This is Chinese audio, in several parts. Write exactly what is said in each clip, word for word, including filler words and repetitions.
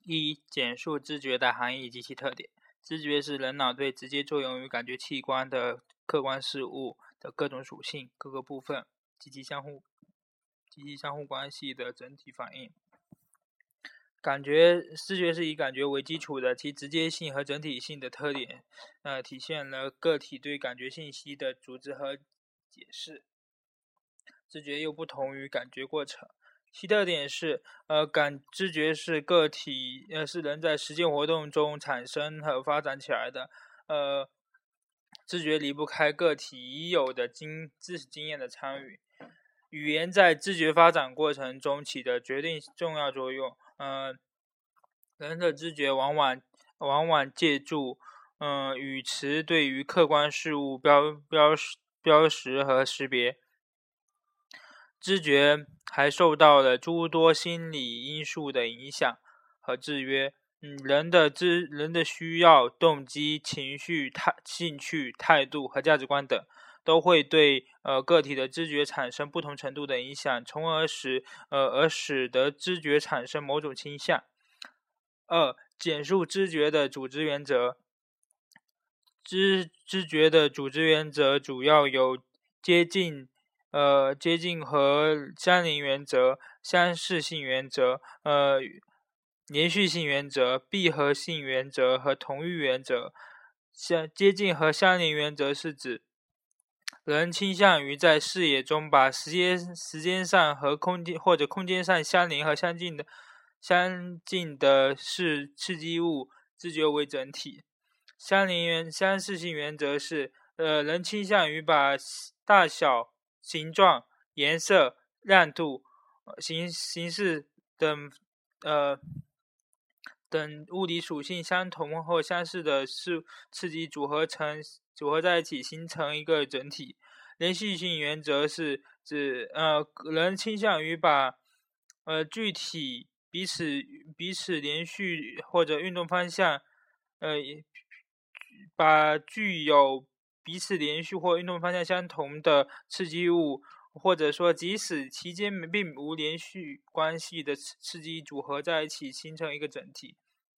一、简述知觉的含义及其特点。知觉是人脑对直接作用于感觉器官的客观事物的各种属性、各个部分及其相互及其相互关系的整体反应。感觉知觉是以感觉为基础的，其直接性和整体性的特点，呃，体现了个体对感觉信息的组织和解释。知觉又不同于感觉过程，其特点是，呃，感知觉是个体，呃，是人在实践活动中产生和发展起来的，呃，知觉离不开个体已有的经知识经验的参与。语言在知觉发展过程中起的决定重要作用。呃，人的知觉往往往往借助嗯、呃、语词对于客观事物标标识标识和识别。知觉还受到了诸多心理因素的影响和制约。嗯，人的知人的需要、动机、情绪、态兴趣、态度和价值观等，都会对呃个体的知觉产生不同程度的影响，从而使呃而使得知觉产生某种倾向。二、简述知觉的组织原则。知知觉的组织原则主要有接近、呃接近和相邻原则、相似性原则、呃连续性原则、闭合性原则和同域原则。相接近和相邻原则是指人倾向于在视野中把时间时间上和空间或者空间上相邻和相近的相近的是刺激物知觉为整体。相邻原相似性原则是，呃，人倾向于把大小、形状、颜色、亮度、形形式等呃等物理属性相同或相似的事刺激组合成组合在一起，形成一个整体。连续性原则是指呃人倾向于把呃具体彼此彼此连续或者运动方向呃把具有彼此连续或运动方向相同的刺激物，或者说即使其间并无连续关系的刺激组合在一起，形成一个整体。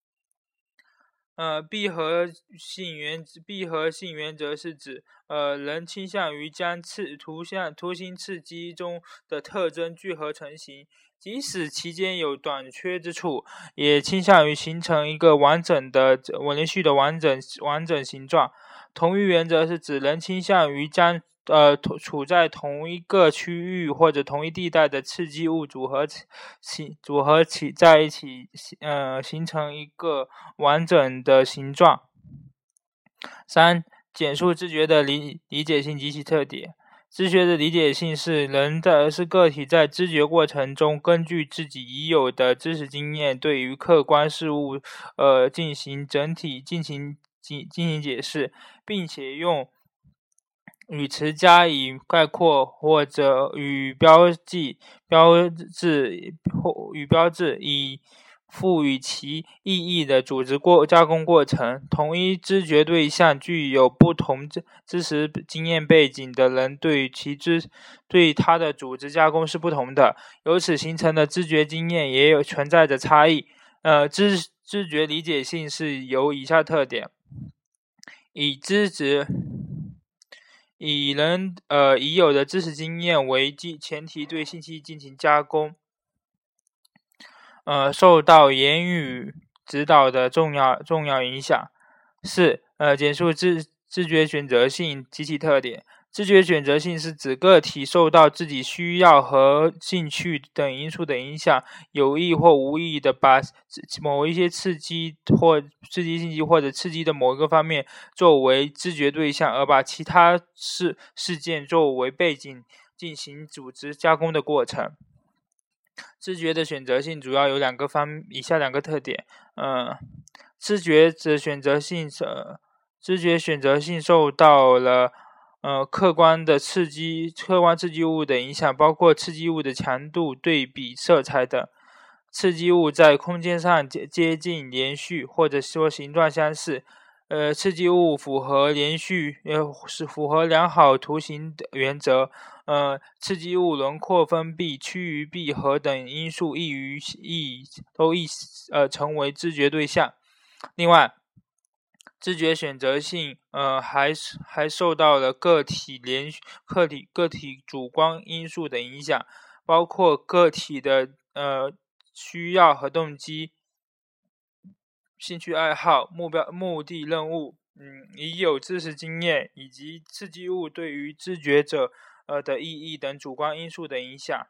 呃，闭合性原闭合性原则是指，呃，人倾向于将刺图像图形刺激中的特征聚合成型，即使其间有短缺之处，也倾向于形成一个完整的、连续的完整完整形状。同域原则是指人倾向于将呃处在同一个区域或者同一地带的刺激物组合起组合起在一起，呃，形成一个完整的形状。三、简述知觉的理理解性及其特点。知觉的理解性是人的是个体在知觉过程中根据自己已有的知识经验，对于客观事物呃进行整体进行进进行解释，并且用语词加以概括或者与标记标志或与标志，以赋予其意义的组织过加工过程。同一知觉对象具有不同知识经验背景的人对其知对它的组织加工是不同的，由此形成的知觉经验也有存在着差异。呃，知知觉理解性是由以下特点：以知觉以人呃已有的知识经验为基前提，对信息进行加工，呃，受到言语指导的重要重要影响。四、呃，简述知知觉选择性及其特点。知觉选择性是指个体受到自己需要和兴趣等因素的影响，有意或无意的把某一些刺激或刺激信息或者刺激的某一个方面作为知觉对象，而把其他事事件作为背景进行组织加工的过程。知觉的选择性主要有两个方以下两个特点。呃，知觉的选择性呃知觉选择性受到了呃客观的刺激客观刺激物的影响，包括刺激物的强度、对比、色彩等。刺激物在空间上接接近连续，或者说形状相似， 呃，刺激物符合连续呃是符合良好图形的原则。呃，刺激物轮廓分闭、趋于闭合等因素易于易都易呃成为知觉对象。另外，知觉选择性呃还还受到了个体连个体个体主观因素的影响，包括个体的呃需要和动机、兴趣爱好、目标、目的、任务、嗯，已有知识经验以及刺激物对于知觉者呃的意义等主观因素的影响。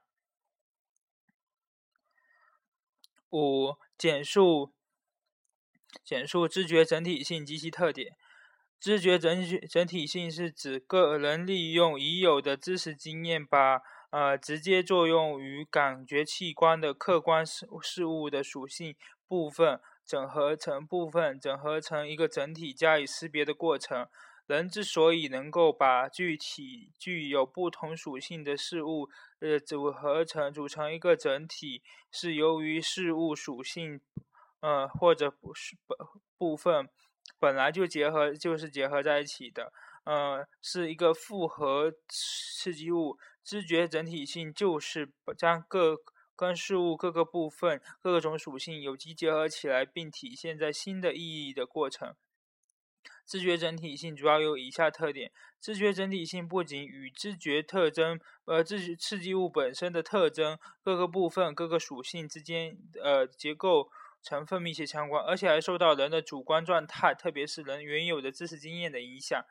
五、简述简述知觉整体性及其特点。知觉整整体性是指个人利用已有的知识经验，把呃直接作用于感觉器官的客观事事物的属性部分整合成部分整合成一个整体加以识别的过程。人之所以能够把具体具有不同属性的事物呃组合成组成一个整体，是由于事物属性呃或者不是部分本来就结合就是结合在一起的，呃，是一个复合刺激物。知觉整体性就是将各跟事物各个部分、各种属性有机结合起来，并体现在新的意义的过程。知觉整体性主要有以下特点：知觉整体性不仅与知觉特征，呃，知觉刺激物本身的特征、各个部分、各个属性之间，呃，结构成分密切相关，而且还受到人的主观状态，特别是人原有的知识经验的影响。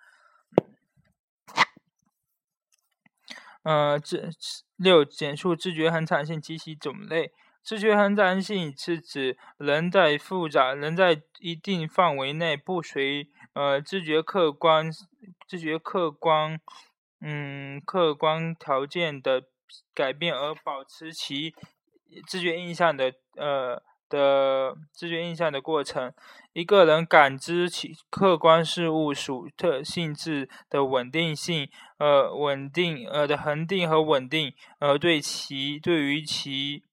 呃，这六简述知觉恒常性及其种类。知觉恒常性是指人在复杂人在一定范围内不随呃知觉客观知觉客观嗯客观条件的改变而保持其知觉印象的呃的知觉印象的过程。一个人感知其客观事物属特性质的稳定性，呃，稳定呃的恒定和稳定，呃，对其对于其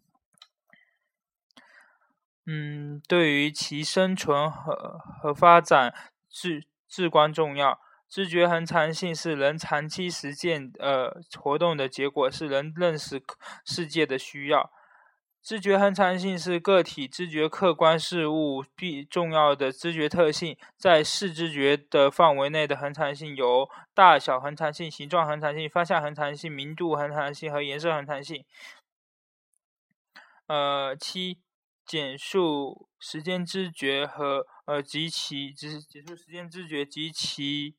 嗯对于其生存和和发展至至关重要。知觉恒常性是人长期实践呃活动的结果，是人认识世界的需要。知觉恒常性是个体知觉客观事物必重要的知觉特性。在视知觉的范围内的恒常性有大小恒常性、形状恒常性、方向恒常性、明度恒常性和颜色恒常性。呃，七、简述时间知觉和呃及其只是简述时间知觉及其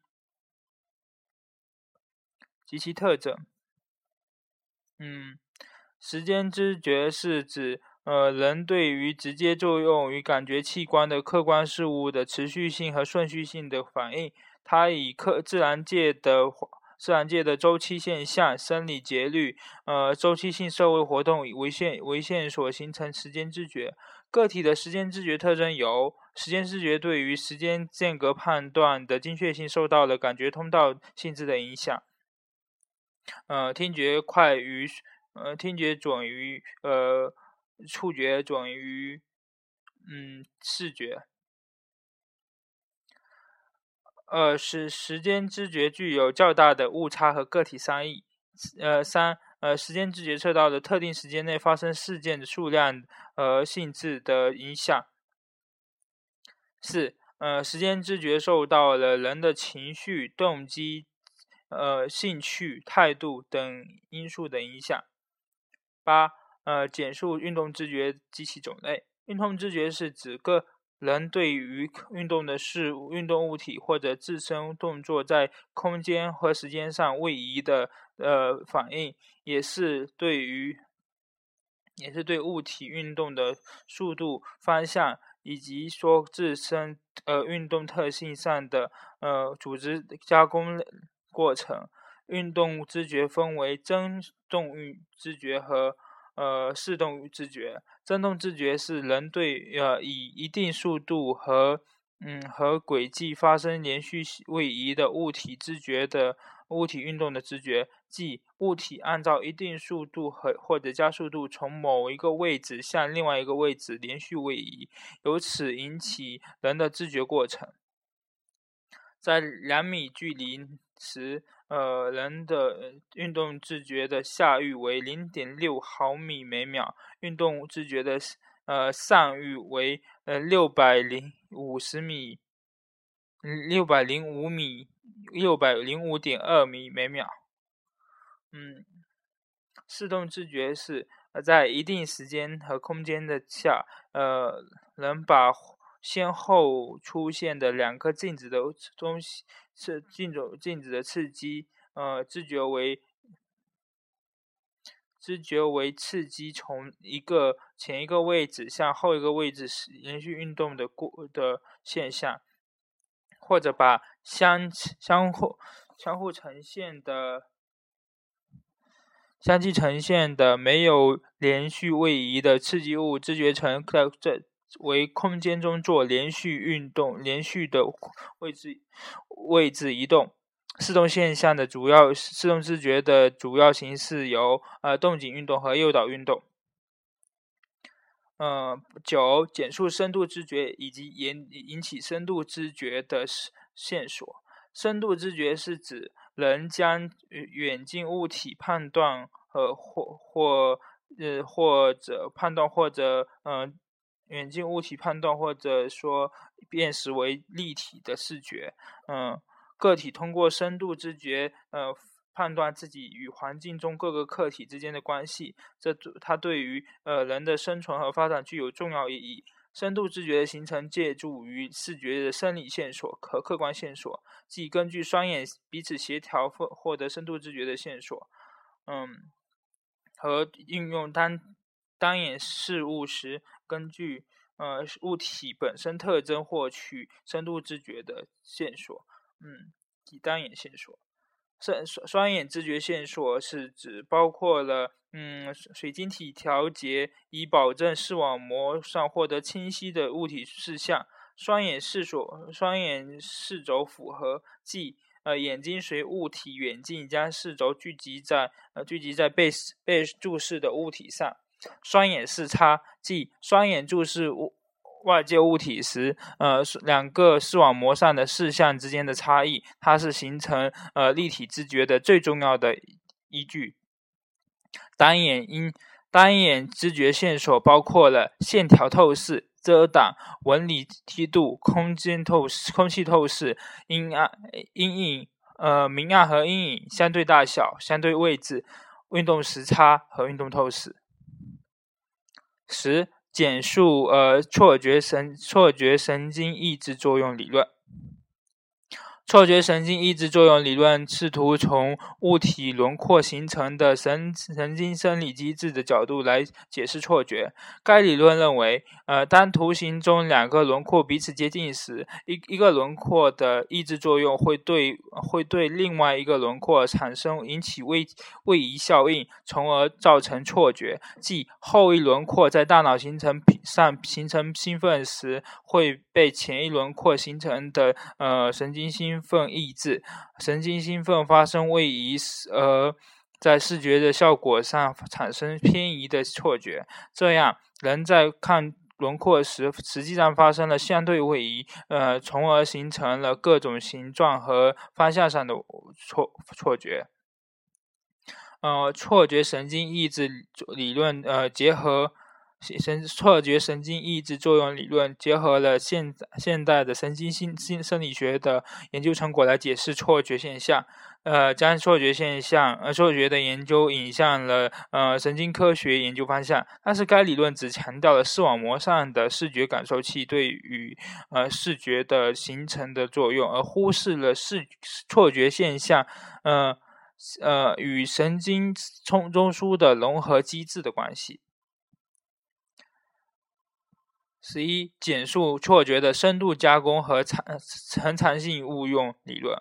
及其特征。嗯。时间知觉是指呃人对于直接作用于感觉器官的客观事物的持续性和顺序性的反应。它以客自然界的自然界的周期现象、生理节律、呃周期性社会活动为线为线所形成时间知觉。个体的时间知觉特征有：时间知觉对于时间间隔判断的精确性受到了感觉通道性质的影响。呃，听觉快于呃，听觉准于呃，触觉准于嗯视觉。二是时间知觉具有较大的误差和个体差异。呃，三呃，时间知觉受到的特定时间内发生事件的数量和性质的影响。四呃，时间知觉受到了人的情绪、动机、呃兴趣、态度等因素的影响。八呃，简述运动知觉及其种类。运动知觉是指个人对于运动的事物、运动物体或者自身动作在空间和时间上位移的呃反应，也是对于也是对物体运动的速度、方向以及说自身呃运动特性上的呃组织加工过程。运动知觉分为真动知觉和呃视动知觉。真动知觉是人对呃以一定速度和嗯和轨迹发生连续位移的物体知觉的物体运动的知觉，即物体按照一定速度和或者加速度从某一个位置向另外一个位置连续位移，由此引起人的知觉过程。 在两米距离时，呃，人的运动知觉的下阈为 零点六毫米每秒，运动知觉的呃上阈为呃六百零五十米，六百零五米，六百零五点二米每秒。嗯，视动知觉是呃在一定时间和空间的下，呃，能把先后出现的两颗静止的东西是静止静止的刺激，呃，知觉为知觉为刺激从一个前一个位置向后一个位置连续运动的过的现象，或者把相相互相互呈现的相继呈现的没有连续位移的刺激物知觉成在这为空间中做连续运动，连续的位置位置移动。视动现象的主要视动知觉的主要形式由呃动静运动和诱导运动。呃，九、简述深度知觉以及引引起深度知觉的线索。深度知觉是指人将远近物体判断和或或呃或者判断或者呃远近物体判断或者说辨识为立体的视觉。嗯、呃，个体通过深度知觉呃判断自己与环境中各个客体之间的关系，这它对于呃人的生存和发展具有重要意义。深度知觉的形成借助于视觉的生理线索和客观线索，即根据双眼彼此协调获得深度知觉的线索，嗯，和运用单单眼视物时，根据呃物体本身特征获取深度知觉的线索，嗯，即单眼线索。双眼知觉线索是指包括了嗯水晶体调节，以保证视网膜上获得清晰的物体视像。双眼视所双眼视轴符合，即呃眼睛随物体远近将视轴聚集在呃聚集在被被注视的物体上。双眼视差，即双眼注视物外界物体时，呃，两个视网膜上的视像之间的差异，它是形成呃立体知觉的最重要的依据。单眼因单眼知觉线索包括了线条透视、遮挡、纹理梯度、空间透视、空气透视、阴暗、阴影、呃明暗和阴影、相对大小、相对位置、运动时差和运动透视。十、简述呃错觉神错觉神经抑制作用理论。错觉神经抑制作用理论试图从物体轮廓形成的神神经生理机制的角度来解释错觉。该理论认为，呃，当图形中两个轮廓彼此接近时，一一个轮廓的抑制作用会对会对另外一个轮廓产生引起位位移效应，从而造成错觉。即后一轮廓在大脑形成上形成兴奋时，会被前一轮廓形成的呃神经兴奋抑制，神经兴奋发生位移，而在视觉的效果上产生偏移的错觉。这样，人在看轮廓时，实际上发生了相对位移，呃，从而形成了各种形状和方向上的错错觉。呃，错觉神经抑制理论呃结合。神错觉神经抑制作用理论结合了现现代的神经心生理学的研究成果来解释错觉现象，呃，将错觉现象呃错觉的研究引向了呃神经科学研究方向。但是该理论只强调了视网膜上的视觉感受器对于呃视觉的形成的作用，而忽视了视错觉现象呃呃与神经中中枢的融合机制的关系。十一、简述错觉的深度加工和恒常性误用理论。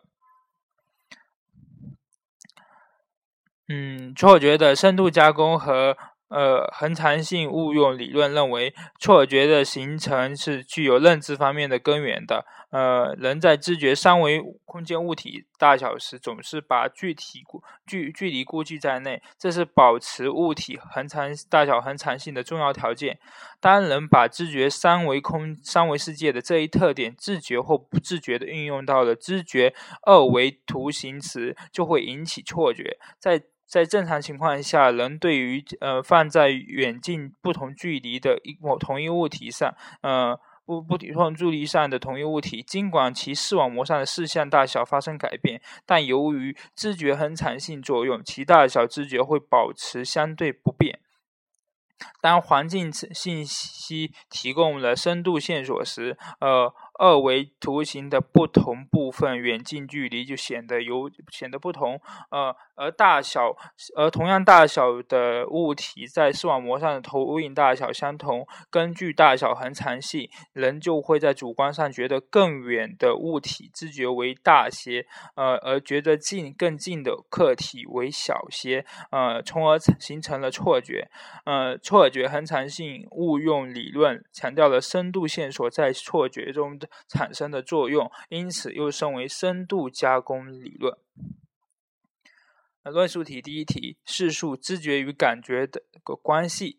嗯，错觉的深度加工和呃，恒常性误用理论认为，错觉的形成是具有认知方面的根源的。呃，人在知觉三维空间物体大小时，总是把具体距距离估计在内，这是保持物体恒常大小恒常性的重要条件。当人把知觉三维空三维世界的这一特点自觉或不自觉地运用到了知觉二维图形时，就会引起错觉。在在正常情况下，人对于呃放在远近不同距离的一同一物体上，呃不不同距离上的同一物体，尽管其视网膜上的视线大小发生改变，但由于知觉恒常性作用，其大小知觉会保持相对不变。当环境信息提供了深度线索时，呃，二维图形的不同部分远近距离就显得有显得不同，呃，而大小而同样大小的物体在视网膜上的投影大小相同，根据大小恒常性，人就会在主观上觉得更远的物体知觉为大些，呃，而觉得近更近的客体为小些，呃，从而形成了错觉。呃，错觉恒常性误用理论强调了深度线索在错觉中产生的作用，因此又称为深度加工理论。论述题第一题，叙述知觉与感觉的关系。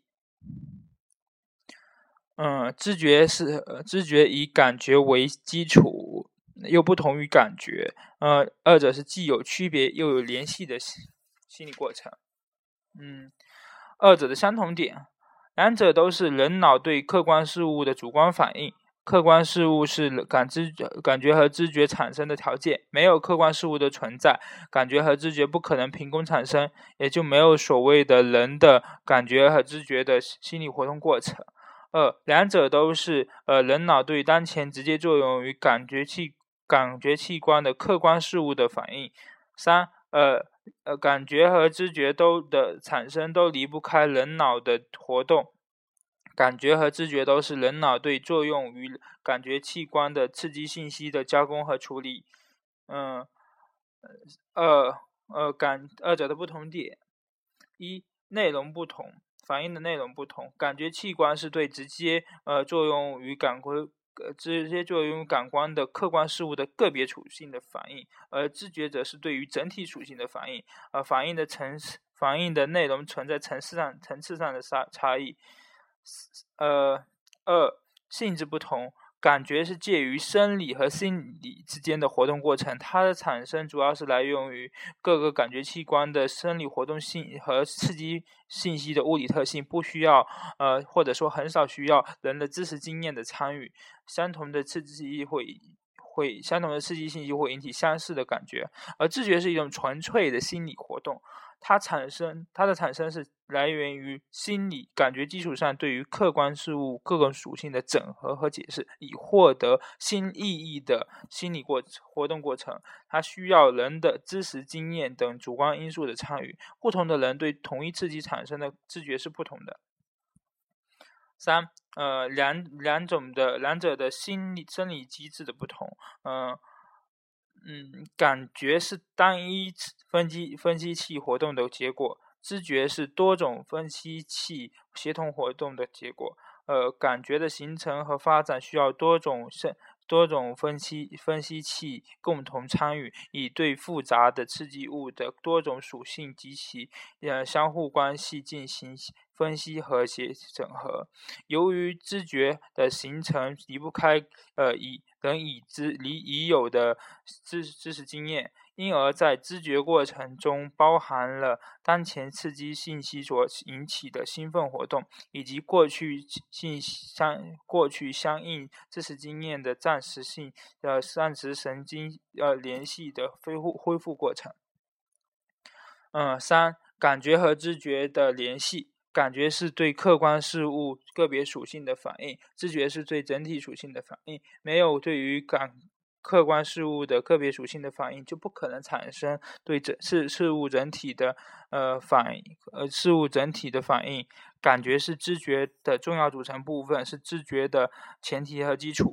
嗯，知觉是、呃、知觉以感觉为基础，又不同于感觉。呃，二者是既有区别又有联系的心理过程。嗯。二者的相同点，两者都是人脑对客观事物的主观反应。客观事物是感知感觉和知觉产生的条件，没有客观事物的存在，感觉和知觉不可能凭空产生，也就没有所谓的人的感觉和知觉的心理活动过程。二，两者都是呃人脑对当前直接作用于感觉器感觉器官的客观事物的反应。三，呃呃，感觉和知觉都的产生都离不开人脑的活动，感觉和知觉都是人脑对作用于感觉器官的刺激信息的加工和处理。嗯，二呃感二者的不同点：一、内容不同，反应的内容不同。感觉器官是对直接呃作用于感官呃直接作用于感官的客观事物的个别属性的反应，而知觉则是对于整体属性的反应，而反应的层次反应的内容存在层次上层次上的差差异。呃，二、性质不同。感觉是介于生理和心理之间的活动过程，它的产生主要是来源于各个感觉器官的生理活动性和刺激信息的物理特性，不需要呃或者说很少需要人的知识经验的参与。相同的刺激会会相同的刺激信息会引起相似的感觉，而知觉是一种纯粹的心理活动。它产生它的产生是来源于心理感觉基础上对于客观事物各个属性的整合和解释，以获得新意义的心理过活动过程。它需要人的知识经验等主观因素的参与，不同的人对同一刺激产生的知觉是不同的。三，呃，两两种的两者的心理生理机制的不同。嗯、呃。嗯，感觉是单一分析分析器活动的结果，知觉是多种分析器协同活动的结果。呃，感觉的形成和发展需要多种多种分析分析器共同参与，以对复杂的刺激物的多种属性及其呃相互关系进行分析和协整合。由于知觉的形成离不开呃以人已知离已有的知知识经验，因而在知觉过程中包含了当前刺激信息所引起的兴奋活动，以及过去信相过去相应知识经验的暂时性呃暂时神经呃联系的恢复恢复过程。嗯，三、感觉和知觉的联系。感觉是对客观事物个别属性的反应，知觉是对整体属性的反应。没有对于感客观事物的个别属性的反应，就不可能产生对整事事物整体的呃反呃事物整体的反应。感觉是知觉的重要组成部分，是知觉的前提和基础。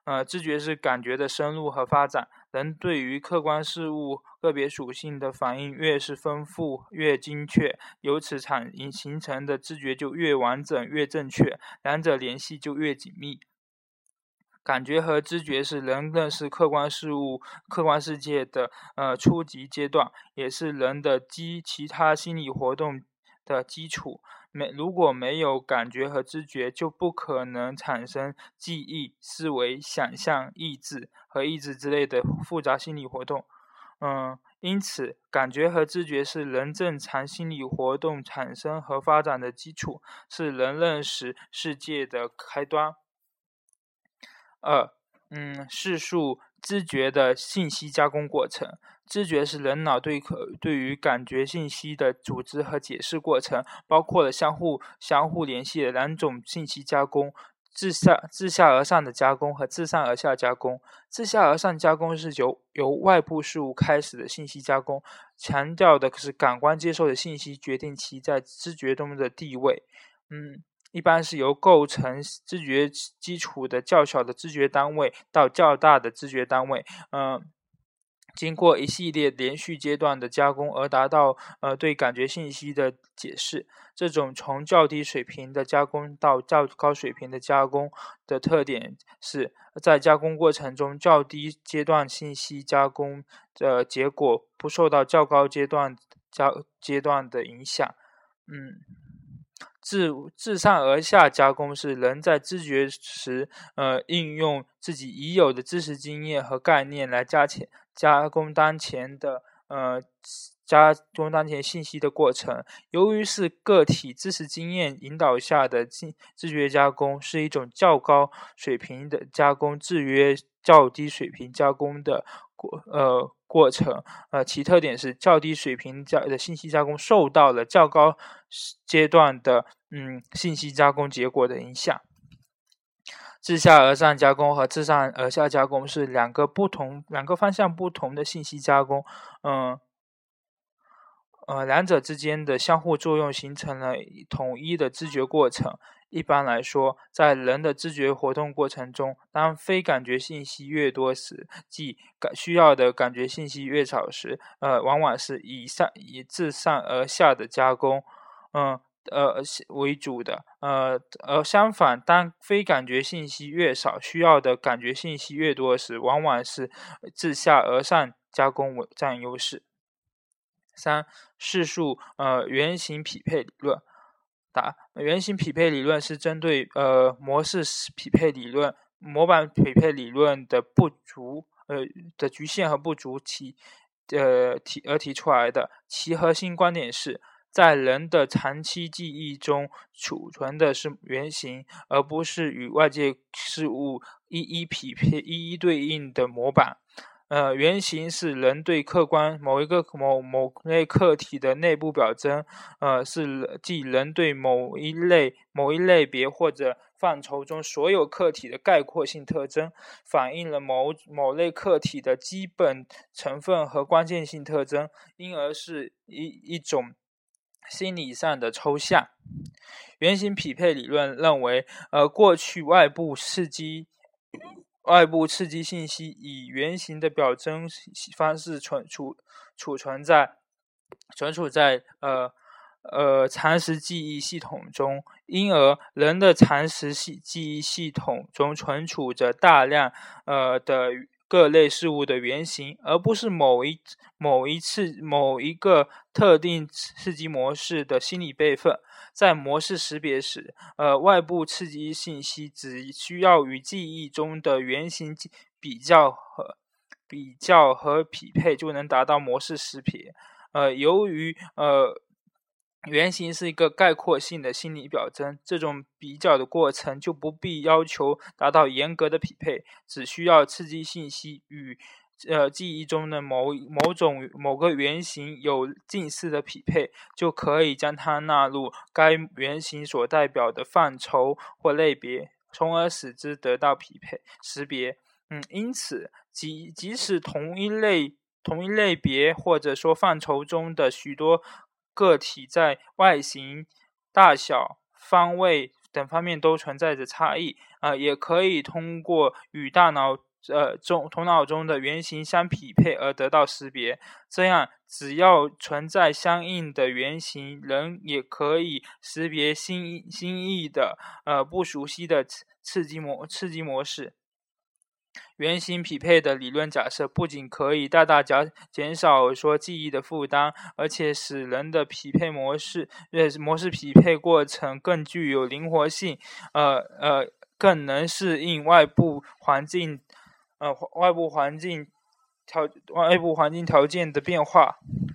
呃，知觉是感觉的深入和发展。人对于客观事物个别属性的反应越是丰富、越精确，由此产形成的知觉就越完整、越正确，两者联系就越紧密。感觉和知觉是人认识客观事物、客观世界的呃初级阶段，也是人的基其他心理活动的基础。没如果没有感觉和知觉，就不可能产生记忆、思维、想象、意志和意志之类的复杂心理活动。嗯，因此，感觉和知觉是人正常心理活动产生和发展的基础，是人认识世界的开端。二，嗯，叙述知觉的信息加工过程。知觉是人脑对可对于感觉信息的组织和解释过程，包括了相互相互联系的两种信息加工：自下自下而上的加工和自上而下加工。自下而上加工是由由外部事物开始的信息加工，强调的是感官接受的信息决定其在知觉中的地位。嗯。一般是由构成知觉基础的较小的知觉单位到较大的知觉单位，呃，经过一系列连续阶段的加工而达到呃对感觉信息的解释。这种从较低水平的加工到较高水平的加工的特点是在加工过程中，较低阶段信息加工的结果不受到较高阶段加阶段的影响。嗯。自自上而下加工是人在知觉时，呃，应用自己已有的知识经验和概念来加前加工当前的呃加工当前信息的过程。由于是个体知识经验引导下的知觉加工，是一种较高水平的加工制约较低水平加工的过呃过程。呃，其特点是较低水平加的信息加工受到了较高阶段的嗯信息加工结果的影响。自下而上加工和自上而下加工是两个不同、两个方向不同的信息加工，嗯，呃，两者之间的相互作用形成了统一的知觉过程。一般来说，在人的知觉活动过程中，当非感觉信息越多时，即感需要的感觉信息越少时，呃，往往是以上以自上而下的加工，嗯。呃为主的，呃而相反，当非感觉信息越少，需要的感觉信息越多时，往往是自下而上加工占优势。三、叙述呃原型匹配理论。答：原型匹配理论是针对呃模式匹配理论、模板匹配理论的不足呃的局限和不足其呃提而提出来的。其核心观点是，在人的长期记忆中储存的是原型，而不是与外界事物一一匹配、一一对应的模板。呃，原型是人对客观某一个某某类客体的内部表征，呃，是即人对某一类某一类别或者范畴中所有客体的概括性特征，反映了某某类客体的基本成分和关键性特征，因而是一一种心理上的抽象。原型匹配理论认为，呃，过去外部刺激。外部刺激信息以原型的表征方式存储储存在存储在呃呃长时记忆系统中，因而人的长时记忆系统中存储着大量呃的各类事物的原型，而不是某一某一次某一个特定刺激模式的心理备份。在模式识别时，呃，外部刺激信息只需要与记忆中的原型比较和比较和匹配，就能达到模式识别。呃，由于呃原型是一个概括性的心理表征，这种比较的过程就不必要求达到严格的匹配，只需要刺激信息与呃记忆中的某某种某个原型有近似的匹配，就可以将它纳入该原型所代表的范畴或类别，从而使之得到匹配识别。嗯，因此，即即使同一类同一类别或者说范畴中的许多个体在外形、大小、方位、 等方面都存在着差异，呃，也可以通过与大脑呃中头脑中的原型相匹配而得到识别。这样，只要存在相应的原型，人也可以识别新新异的呃不熟悉的刺激模刺激模式。原型匹配的理论假设不仅可以大大减减少说记忆的负担，而且使人的匹配模式呃模式匹配过程更具有灵活性，呃呃更能适应外部环境呃外部环境条外部环境条件的变化。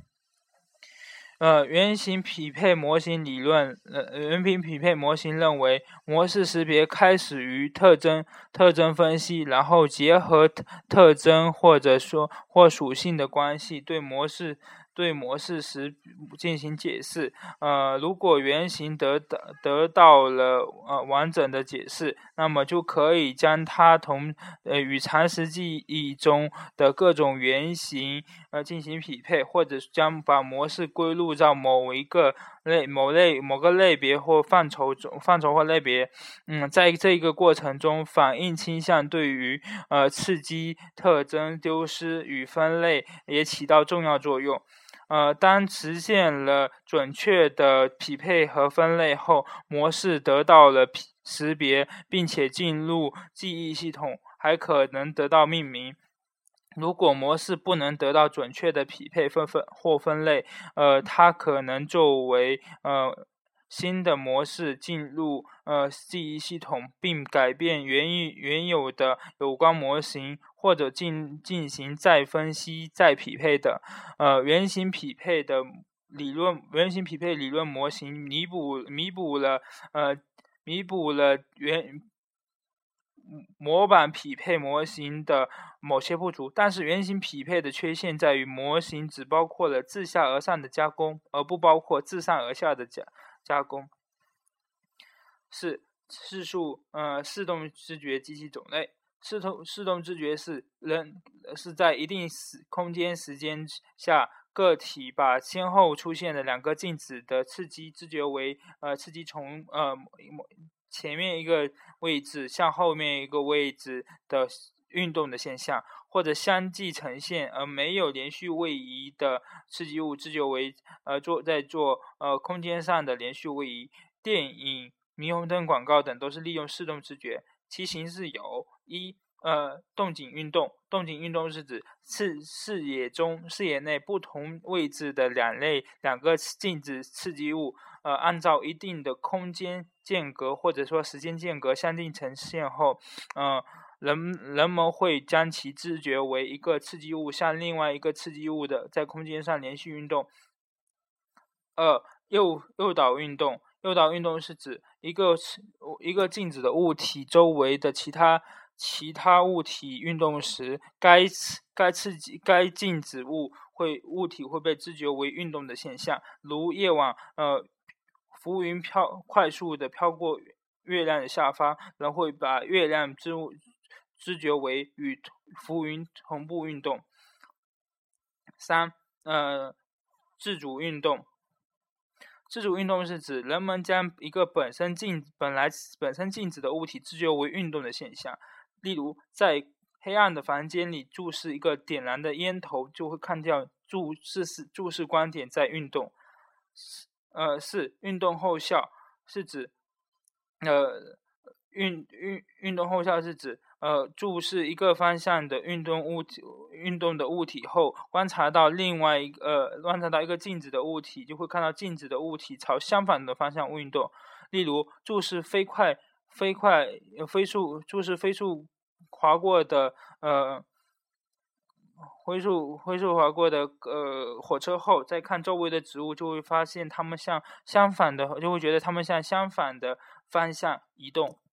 呃，原型匹配模型理论，呃，原型匹配模型认为，模式识别开始于特征特征分析，然后结合特征或者说或属性的关系，对模式对模式时进行解释。呃，如果原型得到得到了呃完整的解释，那么就可以将它同呃与常识记忆中的各种原型呃进行匹配，或者将把模式归入到某一个类某类某个类别或范畴中范畴或类别。嗯，在这个过程中，反应倾向对于呃刺激特征丢失与分类也起到重要作用。呃，当实现了准确的匹配和分类后，模式得到了识别，并且进入记忆系统，还可能得到命名。如果模式不能得到准确的匹配分分或分类，呃，它可能作为呃新的模式进入呃记忆系统，并改变原原有的有关模型，或者进进行再分析、再匹配的。呃，原型匹配的理论，原型匹配理论模型弥补弥补了呃弥补了原。模板匹配模型的某些不足，但是原型匹配的缺陷在于模型只包括了自下而上的加工，而不包括自上而下的加加工。是视数呃视动知觉机器种类，视动视动知觉是人是在一定时空间时间下，个体把先后出现的两个静止的刺激知觉为呃刺激从呃前面一个位置向后面一个位置的运动的现象，或者相继呈现而没有连续位移的刺激物知觉为呃做在做呃空间上的连续位移。电影、霓虹灯广告等都是利用视动知觉，其形式有：一、呃动景运动。动景运动是指视视野中视野内不同位置的两类两个静止刺激物，呃按照一定的空间间隔或者说时间间隔相继呈现后，呃人人们会将其知觉为一个刺激物向另外一个刺激物的在空间上连续运动。二、诱诱导运动。诱导运动是指一个一个静止的物体周围的其他其他物体运动时，该该刺激该静止物会物体会被知觉为运动的现象，如夜晚呃浮云飘快速的飘过月亮的下方，人会把月亮知知觉为与浮云同步运动。三、呃自主运动。自主运动是指人们将一个本身静本来本身静止的物体知觉为运动的现象，例如在黑暗的房间里注视一个点燃的烟头，就会看到注视注视光点在运动。呃，四、运动后效是指呃运运运动后效是指呃注视一个方向的运动物体运动的物体后，观察到另外一个呃观察到一个静止的物体，就会看到静止的物体朝相反的方向运动。例如，注视飞快飞快飞速注视飞速划过的呃。飞速飞速划过的呃火车后，再看周围的植物，就会发现它们向相反的，就会觉得它们向相反的方向移动。